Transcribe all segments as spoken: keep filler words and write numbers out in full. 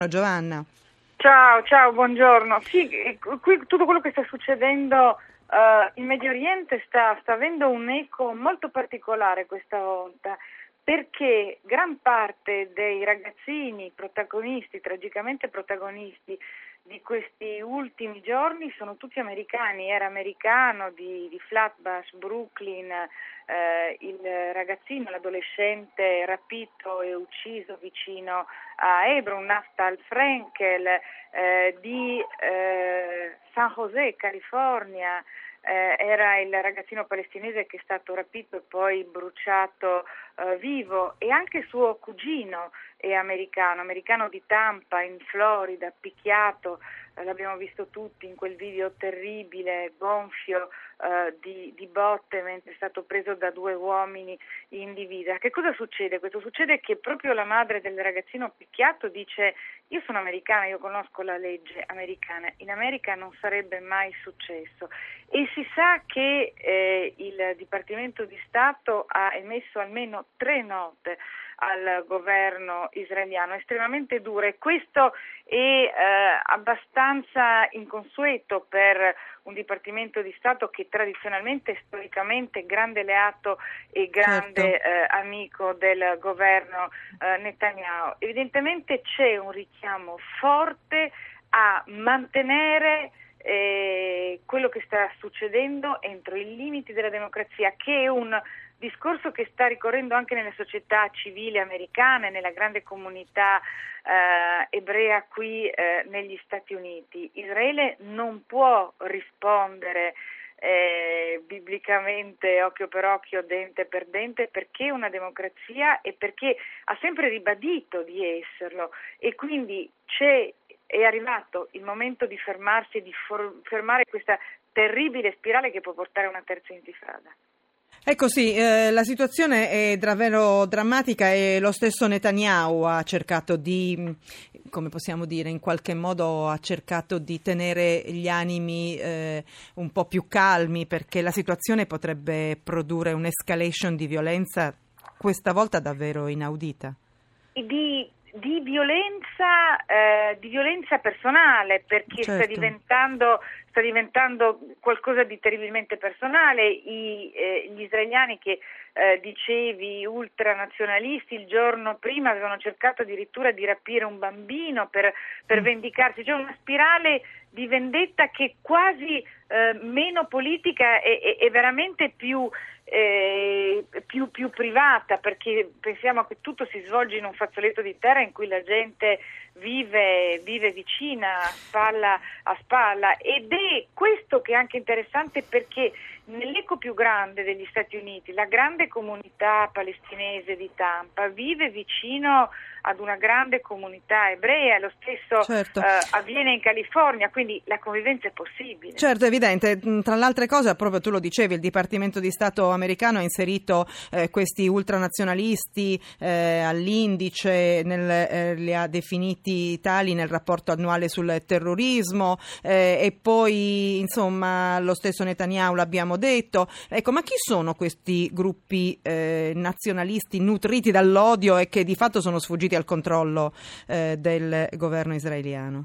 Giovanna. Ciao, ciao, buongiorno. Sì, qui tutto quello che sta succedendo uh, in Medio Oriente sta, sta avendo un eco molto particolare questa volta, perché gran parte dei ragazzini protagonisti, tragicamente protagonisti, di questi ultimi giorni sono tutti americani. Era americano di, di Flatbush, Brooklyn, eh, il ragazzino, l'adolescente rapito e ucciso vicino a Hebron, Naftali Frankel, eh, di eh, San José, California. Eh, era il ragazzino palestinese che è stato rapito e poi bruciato eh, vivo, e anche suo cugino è americano, americano di Tampa in Florida, picchiato, eh, l'abbiamo visto tutti in quel video terribile, gonfio eh, di, di botte mentre è stato preso da due uomini in divisa. Che cosa succede? Questo succede che proprio la madre del ragazzino picchiato dice: io sono americana, io conosco la legge americana, in America non sarebbe mai successo. E si sa che eh, il Dipartimento di Stato ha emesso almeno tre note al governo israeliano, estremamente dure. Questo è eh, abbastanza inconsueto per un Dipartimento di Stato che tradizionalmente, storicamente, è grande alleato e grande Certo. eh, amico del governo eh, Netanyahu. Evidentemente c'è un richiamo forte a mantenere eh, quello che sta succedendo entro i limiti della democrazia, che è un discorso che sta ricorrendo anche nelle società civili americane, nella grande comunità eh, ebrea qui eh, negli Stati Uniti. Israele non può rispondere eh, biblicamente occhio per occhio, dente per dente, perché è una democrazia e perché ha sempre ribadito di esserlo, e quindi c'è è arrivato il momento di fermarsi e di for- fermare questa terribile spirale che può portare a una terza intifada. Ecco sì, eh, la situazione è davvero drammatica e lo stesso Netanyahu ha cercato di, come possiamo dire, in qualche modo ha cercato di tenere gli animi eh, un po' più calmi, perché la situazione potrebbe produrre un'escalation di violenza questa volta davvero inaudita. Di, di violenza, eh, di violenza personale, perché Certo. sta diventando sta diventando qualcosa di terribilmente personale. I, eh, gli israeliani che eh, dicevi ultranazionalisti il giorno prima avevano cercato addirittura di rapire un bambino per, per Mm. vendicarsi. C'è una spirale di vendetta che è quasi eh, meno politica e, e, e veramente più Eh, più, più privata, perché pensiamo che tutto si svolge in un fazzoletto di terra in cui la gente vive, vive vicina, spalla a spalla, ed è questo che è anche interessante, perché nell'eco più grande degli Stati Uniti la grande comunità palestinese di Tampa vive vicino ad una grande comunità ebrea, lo stesso Certo. eh, avviene in California, quindi la convivenza è possibile. Certo, è evidente. Tra le altre cose, proprio tu lo dicevi, il Dipartimento di Stato americano ha inserito eh, questi ultranazionalisti eh, all'indice, nel, eh, li ha definiti tali nel rapporto annuale sul terrorismo eh, e poi, insomma, lo stesso Netanyahu l'abbiamo detto. Ecco, ma chi sono questi gruppi eh, nazionalisti nutriti dall'odio e che di fatto sono sfuggiti al controllo eh, del governo israeliano?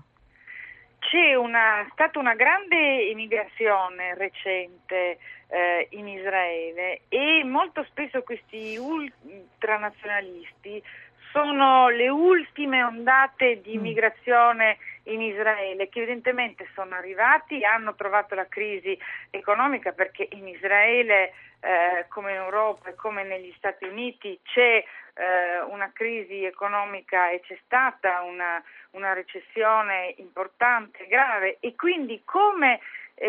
C'è una, stata una grande immigrazione recente eh, in Israele, e molto spesso questi ultranazionalisti sono le ultime ondate di immigrazione in Israele, che evidentemente sono arrivati, hanno trovato la crisi economica, perché in Israele eh, come in Europa e come negli Stati Uniti c'è eh, una crisi economica e c'è stata una, una recessione importante, grave, e quindi come,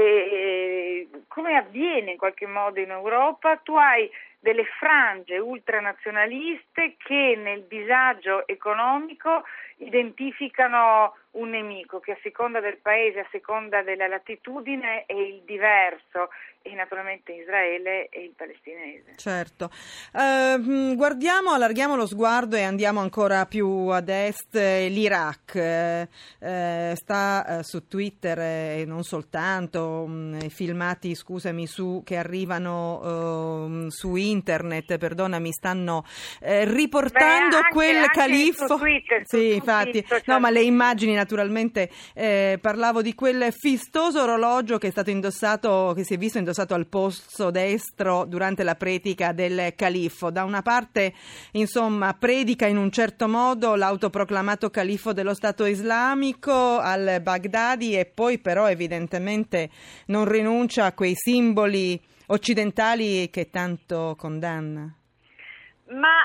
eh, come avviene in qualche modo in Europa, tu hai delle frange ultranazionaliste che nel disagio economico identificano un nemico che a seconda del paese, a seconda della latitudine è il diverso, e naturalmente Israele e il palestinese. Certo. Eh, guardiamo, allarghiamo lo sguardo e andiamo ancora più ad est, eh, l'Iraq. Eh, eh, sta eh, su Twitter e eh, non soltanto, mh, filmati, scusami, su, che arrivano eh, su internet, perdonami, stanno eh, riportando Beh, anche, quel anche califfo. Su Twitter, su sì, infatti. No, ma le immagini, naturalmente, eh, parlavo di quel fistoso orologio che è stato indossato, che si è visto indossato al polso destro durante la predica del califfo. Da una parte, insomma, predica in un certo modo l'autoproclamato califfo dello Stato islamico al Baghdadi, e poi però evidentemente non rinuncia a quei simboli occidentali che tanto condanna. Ma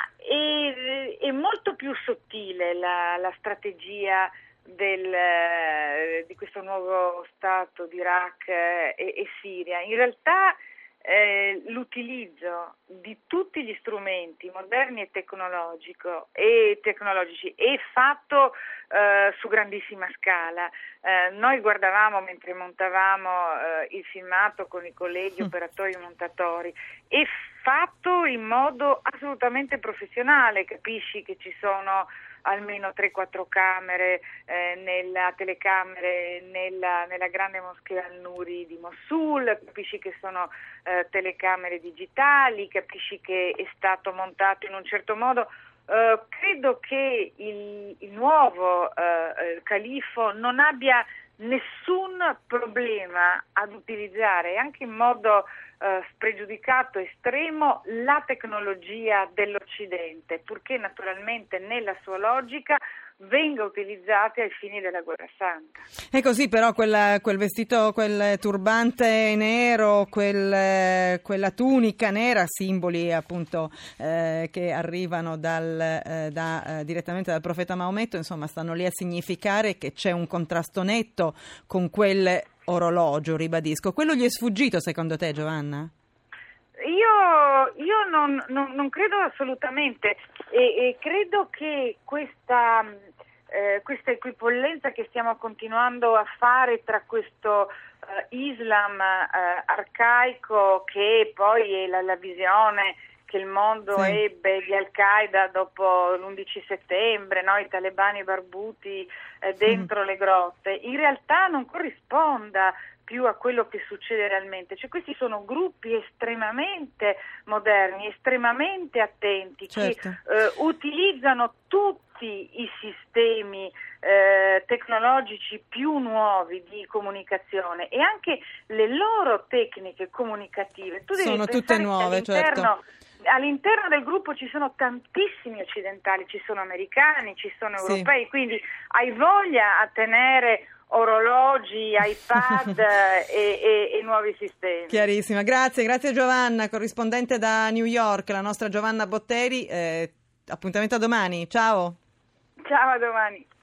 è, è molto più sottile la, la strategia del, di questo nuovo Stato di Iraq e, e Siria. In realtà eh, l'utilizzo di tutti gli strumenti moderni e, tecnologico, e tecnologici è fatto eh, su grandissima scala. Eh, noi guardavamo mentre montavamo eh, il filmato con i colleghi operatori e montatori, è fatto in modo assolutamente professionale, capisci che ci sono almeno tre quattro camere, eh, nella telecamere nella, nella grande moschea al-Nuri di Mosul, capisci che sono eh, telecamere digitali, capisci che è stato montato in un certo modo. Uh, credo che il, il nuovo uh, califfo non abbia nessun problema ad utilizzare anche in modo uh, spregiudicato, estremo, la tecnologia dell'Occidente, purché naturalmente nella sua logica venga utilizzata ai fini della guerra santa. È così, però quel, quel vestito, quel turbante nero, quel, quella tunica nera, simboli appunto eh, che arrivano dal, eh, da, eh, direttamente dal profeta Maometto, insomma stanno lì a significare che c'è un contrasto netto con quel orologio, ribadisco. Quello gli è sfuggito secondo te, Giovanna? Io, io non, non, non credo assolutamente, e, e credo che questa, eh, questa equipollenza che stiamo continuando a fare tra questo eh, Islam eh, arcaico, che poi è la, la visione che il mondo sì. ebbe di Al-Qaeda dopo l'undici settembre, no? I talebani barbuti eh, dentro mm. le grotte, in realtà non corrisponda più a quello che succede realmente. Cioè, questi sono gruppi estremamente moderni, estremamente attenti, certo. che eh, utilizzano tutti i sistemi eh, tecnologici più nuovi di comunicazione e anche le loro tecniche comunicative. Tu devi sono tutte nuove, certo. All'interno del gruppo ci sono tantissimi occidentali, ci sono americani, ci sono europei, sì. quindi hai voglia a tenere orologi, iPad e, e, e nuovi sistemi. Chiarissima, grazie, grazie Giovanna, corrispondente da New York, la nostra Giovanna Botteri. Eh, appuntamento a domani, ciao. Ciao, a domani.